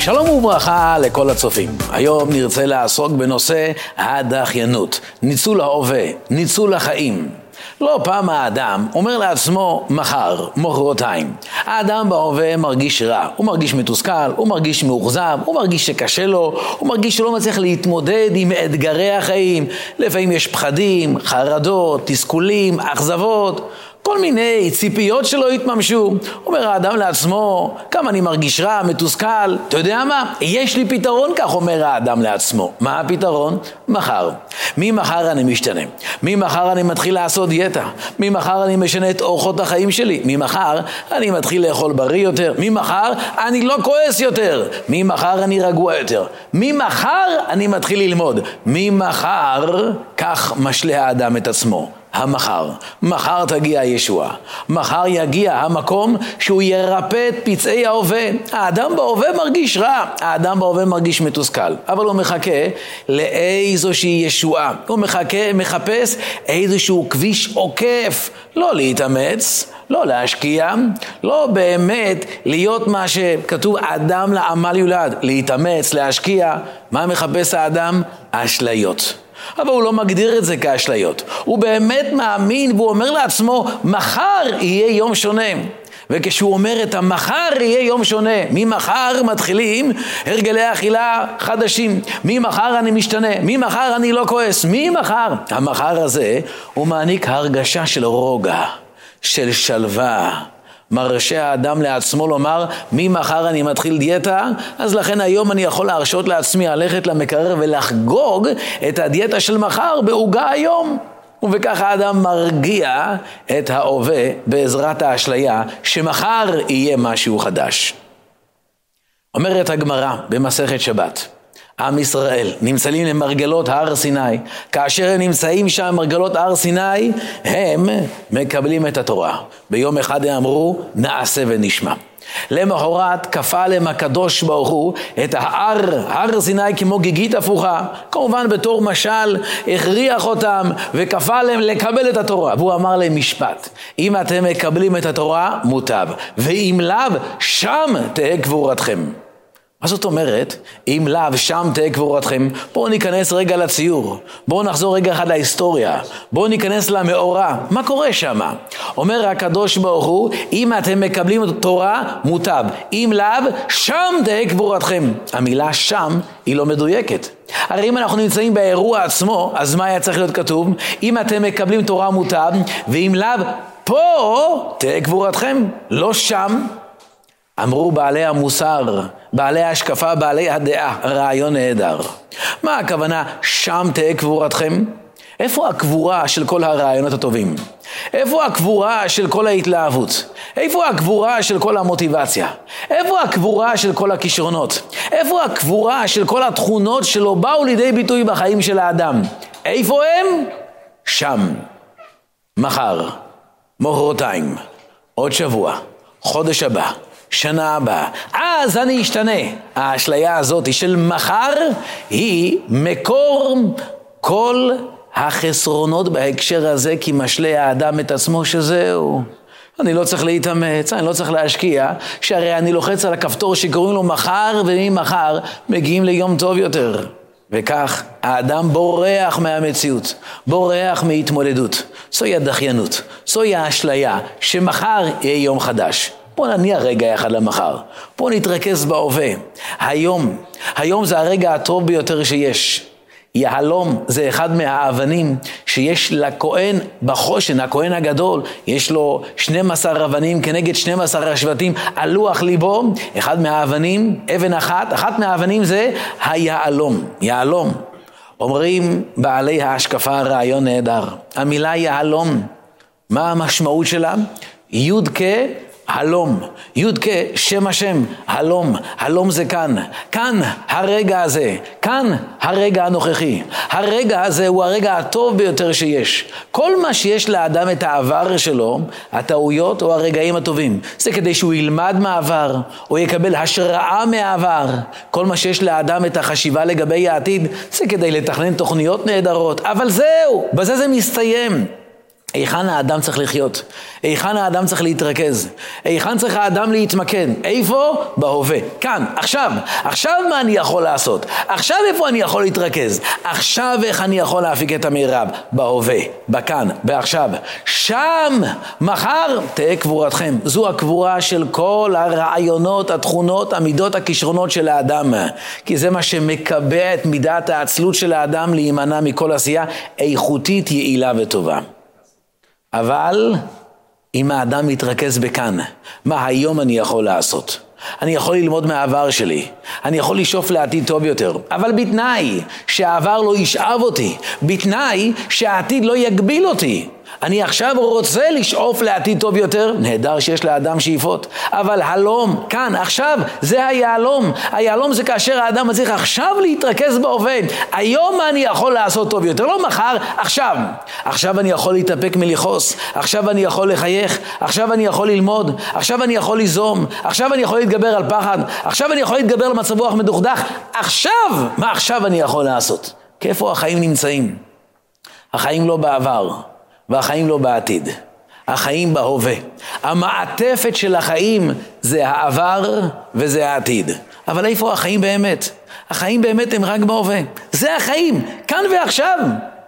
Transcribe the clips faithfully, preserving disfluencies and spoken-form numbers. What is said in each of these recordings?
שלום וברכה לכל הצופים. היום נרצה לעסוק בנושא הדחיינות, ניצול ההווה, ניצול החיים. לא פעם האדם אומר לעצמו מחר, מחרתיים. האדם בהווה מרגיש רע, הוא מרגיש מתוסכל, הוא מרגיש מאוכזב, הוא מרגיש שקשה לו, הוא מרגיש שלא מצליח להתמודד עם אתגרי החיים. לפעמים יש פחדים, חרדות, תסכולים, אכזבות, כל מיני ציפיות שלא יתממשו. אומר האדם לעצמו, כמה אני מרגיש רע, מתוסכל, אתה יודע מה? יש לי פתרון, כך אומר האדם לעצמו. מה הפתרון? מחר. ממחר אני משתנה. ממחר אני מתחיל לעשות דיאטה. ממחר אני משנה את אורחות החיים שלי. ממחר אני מתחיל לאכול בריא יותר. ממחר אני לא כועס יותר. ממחר אני רגוע יותר. ממחר אני מתחיל ללמוד. ממחר, כך משלה האדם את עצמו. המחר, מחר תגיע הישועה, מחר יגיע המקום שהוא ירפא את פצעי ההווה. האדם בהווה מרגיש רע, האדם בהווה מרגיש מתוסכל, אבל הוא מחכה לאיזושהי ישועה, הוא מחכה, מחפש איזשהו כביש עוקף, לא להתאמץ, לא להשקיע, לא באמת להיות מה שכתוב אדם לעמל יולד, להתאמץ, להשקיע. מה מחפש האדם? אשליות. אבל הוא לא מגדיר את זה כאשליות. הוא באמת מאמין והוא אומר לעצמו, מחר יהיה יום שונה. וכשהוא אומר את המחר יהיה יום שונה, ממחר מתחילים הרגלי אכילה חדשים, ממחר אני משתנה, ממחר אני לא כועס, ממחר. המחר הזה הוא מעניק הרגשה של רוגע, של שלווה. מרשה האדם לעצמו לומר, ממחר אני מתחיל דיאטה, אז לכן היום אני יכול להרשות לעצמי ללכת למקרר ולחגוג את הדיאטה של מחר בעוגה היום. ובכך האדם מרגיע את ההווה בעזרת האשליה שמחר יהיה משהו חדש. אומרת הגמרא במסכת שבת, עם ישראל נמצאים למרגלות הר סיני, כאשר הם נמצאים שם מרגלות הר סיני, הם מקבלים את התורה. ביום אחד הם אמרו, נעשה ונשמע. למחרת כפה להם הקדוש ברוך הוא את ההר, הר סיני כמו גיגית הפוכה, כמובן בתור משל הכריח אותם וכפה להם לקבל את התורה. והוא אמר להם משפט, אם אתם מקבלים את התורה מוטב, ואם לאו שם תהיה קבורתכם. מה זאת אומרת? אם לאו שם תהיה קבורתכם? בואו ניכנס רגע לציור, בואו נחזור רגע אחד להיסטוריה, בואו ניכנס למאורה. מה קורה שם? אומר הקדוש ברוך הוא, אם אתם מקבלים את התורה מוטב, אם לאו שם תהיה קבורתכם. המילה שם היא לא מדויקת. הרי אם אנחנו נמצאים באירוע עצמו, אז מה היה צריך להיות כתוב? אם אתם מקבלים תורה מוטב, ואם לאו פה תהיה קבורתכם, לא שם. אמרו בעלי המוסר, בעלי ההשקפה, בעלי הדעה, רעיון נהדר. מה הכוונה שם תהיה קבורתכם? איפה הקבורה של כל הרעיונות הטובים? איפה הקבורה של כל ההתלהבות? איפה הקבורה של כל המוטיבציה? איפה הקבורה של כל הכישרונות? איפה הקבורה של כל התכונות שלא באו לידי ביטוי בחיים של האדם? איפה הם? שם. מחר, מחרתיים, עוד שבוע, חודש הבא, שנה הבאה, אז אני אשתנה. האשליה הזאת של מחר היא מקור כל החסרונות בהקשר הזה, כי משלה האדם את עצמו שזהו, אני לא צריך להתאמץ, אני לא צריך להשקיע, שהרי אני לוחץ על הכפתור שקוראים לו מחר, וממחר מגיעים ליום טוב יותר. וכך האדם בורח מהמציאות, בורח מהתמודדות. זוהי הדחיינות, זוהי האשליה שמחר יהיה יום חדש. בוא נניח רגע אחד למחר, בוא נתרכז בהווה. היום, היום זה הרגע הטוב ביותר שיש. יהלום זה אחד מהאבנים שיש לכהן בחושן, הכהן הגדול, יש לו שנים עשר אבנים כנגד שנים עשר השבטים על לוח ליבו. אחד מהאבנים, אבן אחת, אחת מהאבנים זה היהלום, יהלום. אומרים בעלי ההשקפה רעיון נהדר, המילה יהלום, מה המשמעות שלה? יודקה הלום, יודקה שם השם, הלום, הלום זה כאן, כאן הרגע הזה, כאן הרגע הנוכחי, הרגע הזה הוא הרגע הטוב ביותר שיש. כל מה שיש לאדם את העבר שלו, הטעויות או הרגעים הטובים, זה כדי שהוא ילמד מהעבר, או יקבל השראה מהעבר. כל מה שיש לאדם את החשיבה לגבי העתיד, זה כדי לתכנן תוכניות נהדרות, אבל זהו, בזה זה מסתיים. היכן האדם צריך לחיות? היכן האדם צריך להתרכז? היכן צריך האדם להתמקד? איפה? בהווה. כאן, עכשיו. עכשיו מה אני יכול לעשות? עכשיו איפה אני יכול להתרכז? עכשיו איך אני יכול להפיק את המרב? בהווה, בכאן, בעכשיו. שם, מחר, תהיה קבורתכם. זו הקבורה של כל הרעיונות, התכונות, המידות, הכישרונות של האדם. כי זה מה שמקבע את מידת העצלות של האדם להימנע מכל עשייה איכותית, יעילה וטובה. אבל אם האדם מתרכז בכאן, מה היום אני יכול לעשות? אני יכול ללמוד מהעבר שלי, אני יכול לשאוף לעתיד טוב יותר, אבל בתנאי שהעבר לא ישאב אותי, בתנאי שהעתיד לא יגביל אותי. אני עכשיו רוצה לשאוף לעתיד טוב יותר, נהדר שיש לאדם שאיפות, אבל הלום, כאן, עכשיו, זה היעלום. היעלום זה כאשר האדם צריך עכשיו להתרכז בהווה. היום מה אני יכול לעשות טוב יותר? לא מחר, עכשיו. עכשיו אני יכול להתאפק מלכעוס, עכשיו אני יכול לחייך, עכשיו אני יכול ללמוד, עכשיו אני יכול ליזום, עכשיו אני יכול להתגבר על פחד, עכשיו אני יכול להתגבר על מצב רוח מדוכדך. עכשיו, מה עכשיו אני יכול לעשות? כאיפה החיים נמצאים? החיים לא בעבר. והחיים לא בעתיד, החיים בהווה. המעטפת של החיים זה העבר וזה העתיד. אבל איפה החיים באמת? החיים באמת הם רק בהווה. זה החיים, כאן ועכשיו.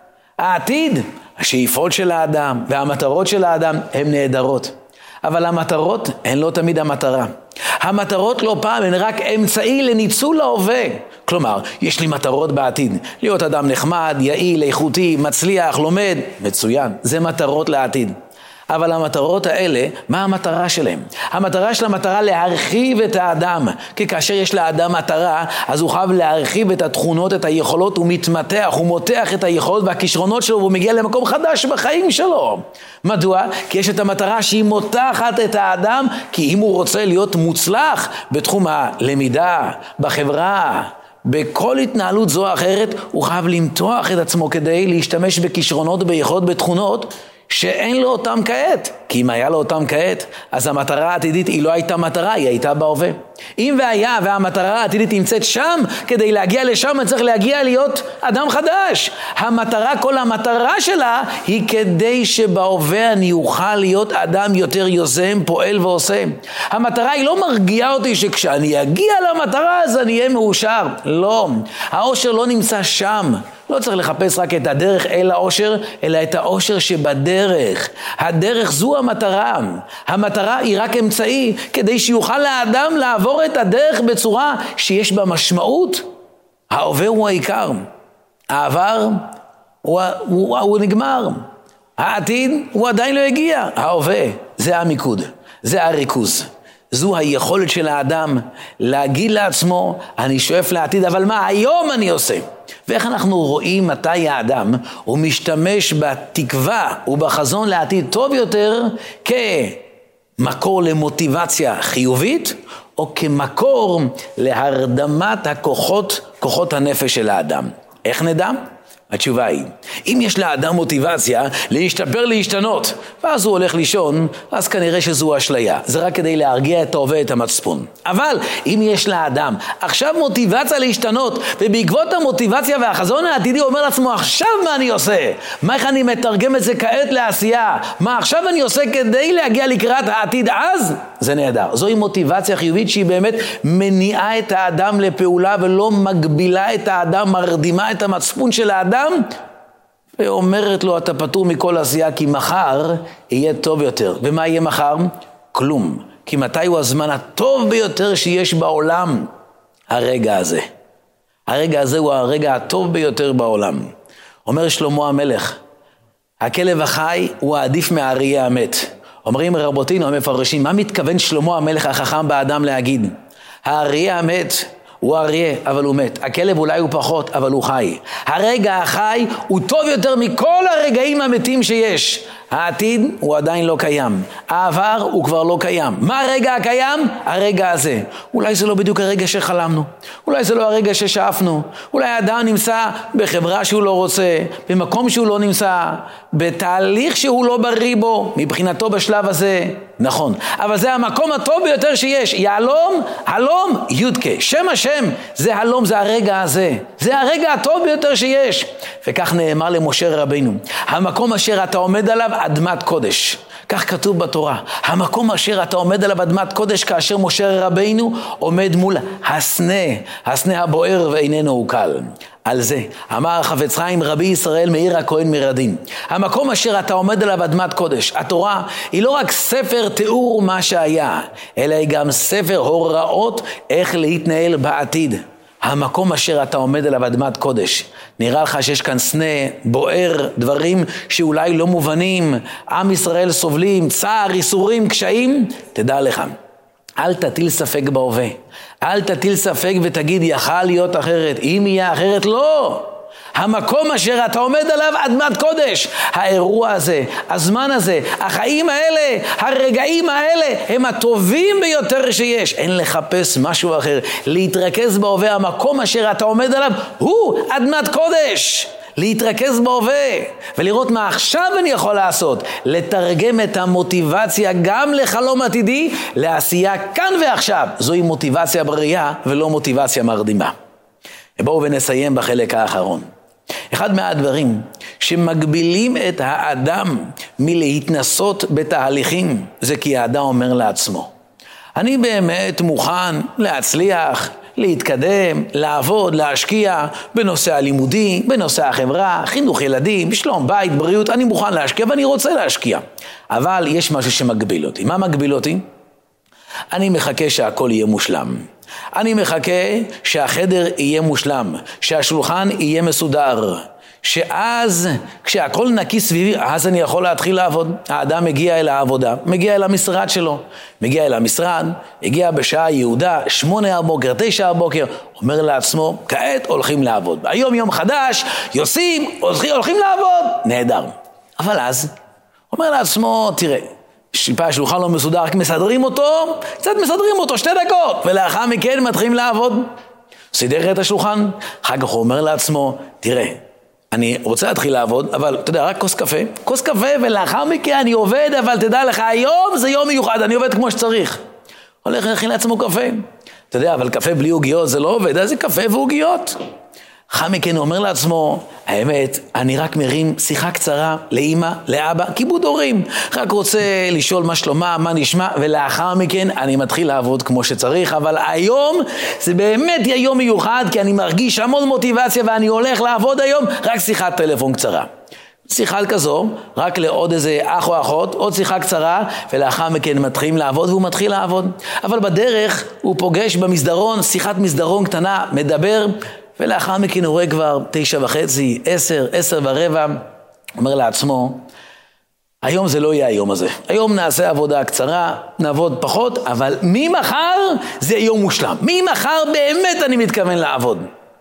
העתיד, השאיפות של האדם והמטרות של האדם הן נהדרות. אבל המטרות הן לא תמיד המטרה. המטרות לא פעם הן רק אמצעי לניצול ההווה. כלומר, יש לי מטרות בעתיד. להיות אדם נחמד, יעיל, איכותי, מצליח, לומד. מצוין, זה מטרות לעתיד. אבל המטרות האלה, מה המטרה שלהם? המטרה של המטרה להרחיב את האדם. כי כאשר יש לאדם מטרה, אז הוא חייב להרחיב את התכונות, את היכולות, הוא מתמתח, הוא מותח את היכולות והכישרונות שלו, והוא מגיע למקום חדש בחיים שלו. מדוע? כי יש את המטרה שהיא מותחת את האדם, כי אם הוא רוצה להיות מוצלח בתחום הלמידה, בחברה, בכל התנהלות זו או אחרת, הוא חייב למתוח את עצמו כדי להשתמש בכישרונות, ביכולות, בתכונות, שאין לו אותם כעת. כי אם היה לו אותם כעת, אז המטרה העתידית היא לא הייתה מטרה, היא הייתה בהווה. אם והיה והמטרה העתידית נמצאת שם, כדי להגיע לשם צריך להגיע להיות אדם חדש. המטרה, כל המטרה שלה היא כדי שבהווה אני אוכל להיות אדם יותר יוזם, פועל ועושה. המטרה היא לא מרגיעה אותי שכשאני אגיע למטרה אז אני אהיה מאושר. לא, האושר לא נמצא שם. לא צריך לחפש רק את הדרך אל האושר, אלא את האושר שבדרך. הדרך זו המטרה. המטרה היא רק אמצעי כדי שיוכל לאדם לעבור את הדרך בצורה שיש בה משמעות. ההווה הוא העיקר. העבר הוא, הוא, הוא נגמר. העתיד הוא עדיין לא הגיע. ההווה זה המיקוד, זה הריכוז. זו היכולת של האדם להגיד לעצמו, אני שואף לעתיד, אבל מה היום אני עושה? ואיך אנחנו רואים מתי האדם הוא משתמש בתקווה ובחזון לעתיד טוב יותר כמקור למוטיבציה חיובית, או כמקור להרדמת הכוחות, כוחות הנפש של האדם. איך נדע? התשובה היא, אם יש לאדם מוטיבציה להשתפר, להשתנות, ואז הוא הולך לישון, אז כנראה שזו אשליה. זה רק כדי להרגיע את ההווה, את המצפון. אבל אם יש לאדם עכשיו מוטיבציה להשתנות, ובעקבות המוטיבציה והחזון העתידי הוא אומר לעצמו, עכשיו מה אני עושה? מה איך אני מתרגם את זה כעת לעשייה? מה עכשיו אני עושה כדי להגיע לקראת העתיד אז? זה נהדר. זוהי מוטיבציה חיובית שהיא באמת מניעה את האדם לפעולה ולא מגבילה את האדם, מרדימה את המצפון של האדם, ואומרת לו אתה פטור מכל עשייה כי מחר יהיה טוב יותר. ומה יהיה מחר? כלום. כי מתי הוא הזמן הטוב ביותר שיש בעולם? הרגע הזה. הרגע הזה הוא הרגע הטוב ביותר בעולם. אומר שלמה המלך, הכלב החי הוא העדיף מהאריה המת. אומרים רבותינו המפרשים, מה מתכוון שלמה המלך החכם באדם להגיד? האריה המת הוא אריה, אבל הוא מת. הכלב אולי הוא פחות, אבל הוא חי. הרגע החי הוא טוב יותר מכל הרגעים המתים שיש. העתיד הוא עדיין לא קיים. העבר הוא כבר לא קיים. מה הרגע הקיים? הרגע הזה. אולי זה לא בדיוק הרגע שחלמנו. אולי זה לא הרגע ששאפנו. אולי האדם נמצא בחברה שהוא לא רוצה, במקום שהוא לא נמצא, בתהליך שהוא לא בריא בו, מבחינתו בשלב הזה. נכון. אבל זה המקום הטוב ביותר שיש. יעלום, הלום, יודקה. שם השם, זה הלום, זה הרגע הזה. זה הרגע הטוב ביותר שיש. וכך נאמר למשה רבינו, המקום אשר אתה עומד עליו, אדמת קודש. כך כתוב בתורה. המקום אשר אתה עומד עליו אדמת קודש, כאשר משה רבינו עומד מול הסנה, הסנה הבוער ואיננו עוקל. על זה אמר חפץ חיים רבי ישראל מאיר הכהן מרדין, המקום אשר אתה עומד עליו אדמת קודש. התורה היא לא רק ספר תיאור מה שהיה, אלא היא גם ספר הוראות איך להתנהל בעתיד. המקום אשר אתה עומד עליו אדמת קודש. נראה לך שיש כאן סנה, בוער, דברים שאולי לא מובנים, עם ישראל סובלים, צער, איסורים, קשיים. תדע לך, אל תטיל ספק בהווה. אל תטיל ספק ותגיד יכל להיות אחרת. אם יהיה אחרת, לא. המקום אשר אתה עומד עליו אדמת קודש. האירוע הזה, הזמן הזה, החיים האלה, הרגעים האלה, הם הטובים ביותר שיש. אין לחפש משהו אחר. להתרכז בהווה, המקום אשר אתה עומד עליו הוא אדמת קודש. להתרכז בהווה ולראות מה עכשיו אני יכול לעשות. לתרגם את המוטיבציה גם לחלום עתידי, לעשייה כאן ועכשיו. זוהי מוטיבציה בריאה ולא מוטיבציה מרדימה. בואו ונסיים בחלק האחרון. אחד מהדברים שמגבילים את האדם מלהתנסות בתהליכים, זה כי האדם אומר לעצמו, אני באמת מוכן להצליח, להתקדם, לעבוד, להשקיע בנושא הלימודי, בנושא החברה, חינוך ילדים, בשלום בית, בריאות, אני מוכן להשקיע ואני רוצה להשקיע. אבל יש משהו שמגביל אותי. מה מגביל אותי? אני מחכה שהכל יהיה מושלם. אני מחכה שהחדר יהיה מושלם, שהשולחן יהיה מסודר, שאז כשהכל נקי סביבי, אז אני יכול להתחיל לעבוד. האדם מגיע אל העבודה, מגיע אל המשרד שלו, מגיע אל המשרד, הגיע בשעה יהודה, שמונה הבוקר, תשע הבוקר, אומר לעצמו, כעת הולכים לעבוד. היום יום חדש, יוסים, הולכים לעבוד. נהדר. אבל אז, אומר לעצמו, תראה, שיפה השולחן לא מסודר, רק מסדרים אותו, קצת מסדרים אותו, שתי דקות, ולאחר מכן מתחילים לעבוד. סידר את השולחן, אחר כך הוא אומר לעצמו, תראה, אני רוצה להתחיל לעבוד, אבל אתה יודע, רק כוס קפה, כוס קפה ולאחר מכן אני עובד, אבל תדע לך, היום זה יום מיוחד, אני עובד כמו שצריך. הולך להכין לעצמו קפה. אתה יודע, אבל קפה בלי עוגיות זה לא עובד, אז זה קפה ועוגיות. אחר מכן הוא אומר לעצמו, האמת, אני רק מרים שיחה קצרה לאמא, לאבא, כיבוד הורים. רק רוצה לשאול מה שלומה, מה נשמע, ולאחר מכן אני מתחיל לעבוד כמו שצריך. אבל היום זה באמת יהיה יום מיוחד, כי אני מרגיש המון מוטיבציה ואני הולך לעבוד היום, רק שיחת טלפון קצרה. שיחה כזו, רק לעוד איזה אח או אחות, עוד שיחה קצרה, ולאחר מכן מתחילים לעבוד, והוא מתחיל לעבוד. אבל בדרך הוא פוגש במסדרון, שיחת מסדרון קטנה, מדבר, ולאחר מכן הוא רואה כבר תשע וחצי, עשר, עשר ורבע, אומר לעצמו, היום זה לא יהיה היום הזה. היום נעשה עבודה קצרה, נעבוד פחות, אבל ממחר זה יום מושלם. ממחר באמת אני מתכוון לעבוד.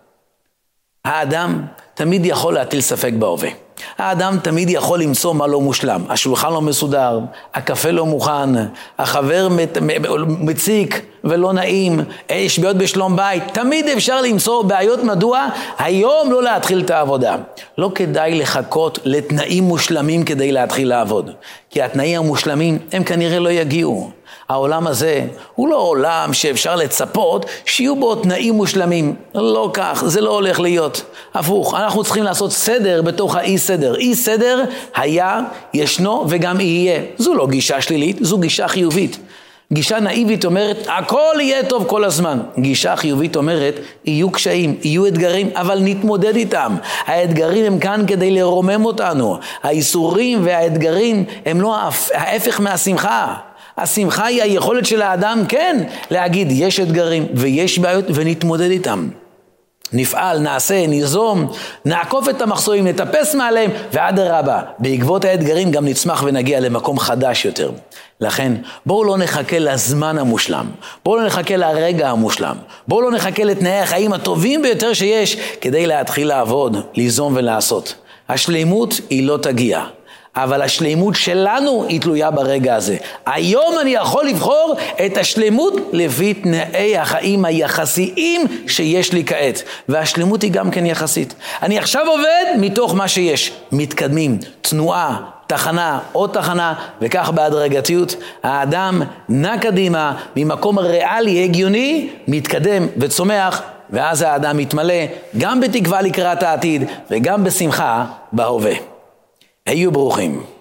האדם תמיד יכול להטיל ספק בהווה. האדם תמיד יכול למצוא מה לא מושלם. השולחן לא מסודר, הקפה לא מוכן, החבר מציק ולא נעים, יש בעיות בשלום בית. תמיד אפשר למצוא בעיות. מדוע? היום לא להתחיל את העבודה. לא כדאי לחכות לתנאים מושלמים כדי להתחיל לעבוד. כי התנאים המושלמים הם כנראה לא יגיעו. העולם הזה הוא לא עולם שאפשר לצפות שיהיו בו תנאים מושלמים. לא כך, זה לא הולך להיות. הפוך, אנחנו צריכים לעשות סדר בתוך האי סדר. אי סדר היה, ישנו וגם יהיה. זו לא גישה שלילית, זו גישה חיובית. גישה נאיבית אומרת, הכל יהיה טוב כל הזמן. גישה חיובית אומרת, יהיו קשיים, יהיו אתגרים, אבל נתמודד איתם. האתגרים הם כאן כדי לרומם אותנו. האיסורים והאתגרים הם לא ההפך מהשמחה. השמחה היא היכולת של האדם, כן, להגיד, יש אתגרים ויש בעיות ונתמודד איתם. נפעל, נעשה, ניזום, נעקוף את המחסומים, נטפס מעליהם, ועד הרבה, בעקבות האתגרים גם נצמח ונגיע למקום חדש יותר. לכן, בואו לא נחכה לזמן המושלם, בואו לא נחכה לרגע המושלם, בואו לא נחכה לתנאי החיים הטובים ביותר שיש, כדי להתחיל לעבוד, ליזום ולעשות. השלימות היא לא תגיע. אבל השלימות שלנו היא תלויה ברגע הזה. היום אני יכול לבחור את השלימות לפי תנאי החיים היחסיים שיש לי כעת. והשלימות היא גם כן יחסית. אני עכשיו עובד מתוך מה שיש. מתקדמים, תנועה, תחנה, עוד תחנה, וכך בהדרגתיות. האדם נע קדימה ממקום ריאלי, הגיוני, מתקדם וצומח, ואז האדם מתמלא גם בתקווה לקראת העתיד וגם בשמחה בהווה. היו ברוכים.